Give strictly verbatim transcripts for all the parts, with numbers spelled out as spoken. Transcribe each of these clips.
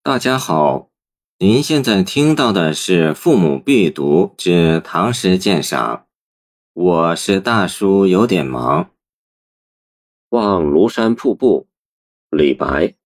大家好，您现在听到的是《父母必读之唐诗鉴赏》，我是大叔，有点忙。 望庐山瀑布，李白。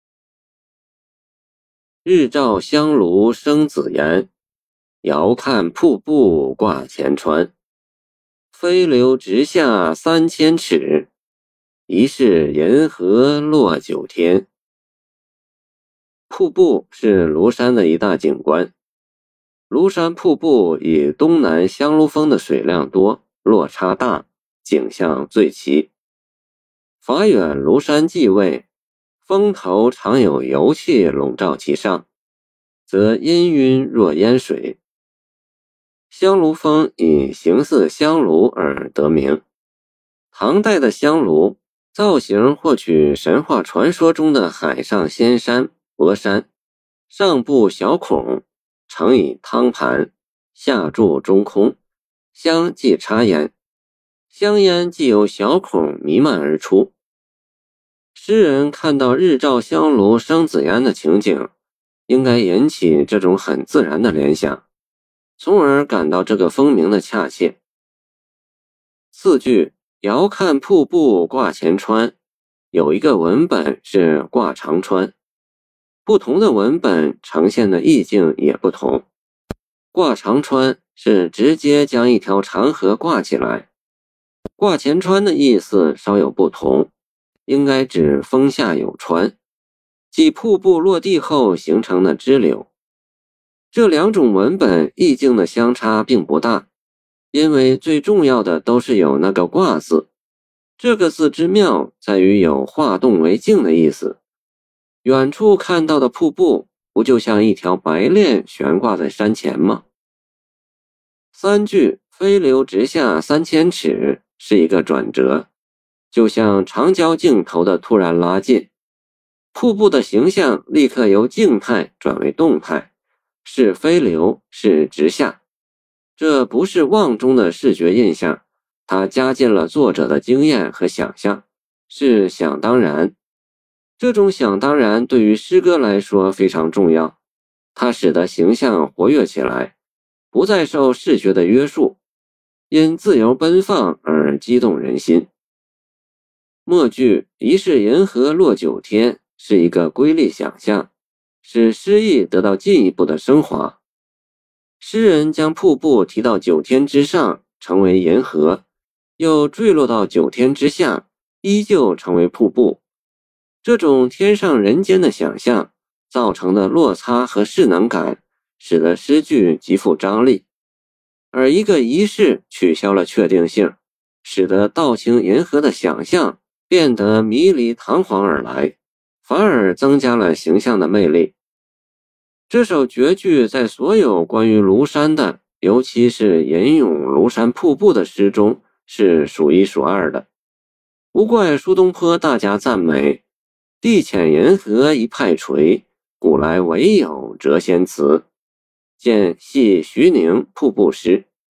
日照香炉生紫烟，遥看瀑布挂前川。飞流直下三千尺，疑是银河落九天。瀑布是庐山的一大景观。庐山瀑布以东南香炉峰的水量多，落差大，景象最奇。法远庐山继位，峰头常有油气笼罩其上，则氤氲若烟水。香炉峰以形似香炉而得名。唐代的香炉造型或取神话传说中的海上仙山博山，上部小孔，盛以汤盘，下注中空，香即插烟，香烟即由小孔弥漫而出。诗人看到日照香炉生紫烟的情景，应该引起这种很自然的联想，从而感到这个风名的恰切。四句遥看瀑布挂前川，有一个文本是挂长川，不同的文本呈现的意境也不同。挂长川是直接将一条长河挂起来，挂前川的意思稍有不同，应该指峰下有川，即瀑布落地后形成的支流。这两种文本意境的相差并不大，因为最重要的都是有那个挂字。这个字之妙在于有化动为静的意思。远处看到的瀑布不就像一条白链悬挂在山前吗？三句飞流直下三千尺是一个转折，就像长焦镜头的突然拉近，瀑布的形象立刻由静态转为动态，是飞流，是直下。这不是望中的视觉印象，它加进了作者的经验和想象，是想当然。这种想当然对于诗歌来说非常重要，它使得形象活跃起来，不再受视觉的约束，因自由奔放而激动人心。末句疑是银河落九天是一个瑰丽想象，使诗意得到进一步的升华。诗人将瀑布提到九天之上，成为银河，又坠落到九天之下，依旧成为瀑布。这种天上人间的想象造成的落差和势能感，使得诗句极富张力。而一个仪式取消了确定性，使得道清银河的想象变得迷离堂皇而来，反而增加了形象的魅力。这首绝句在所有关于庐山的，尤其是吟咏庐山瀑布的诗中是数一数二的。无怪苏东坡大加赞美，地浅银河一派垂，古来唯有谪仙词。见系徐宁瀑布诗。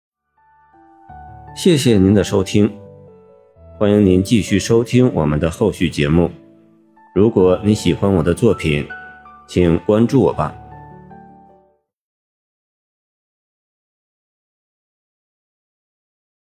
谢谢您的收听，欢迎您继续收听我们的后续节目。如果你喜欢我的作品，请关注我吧。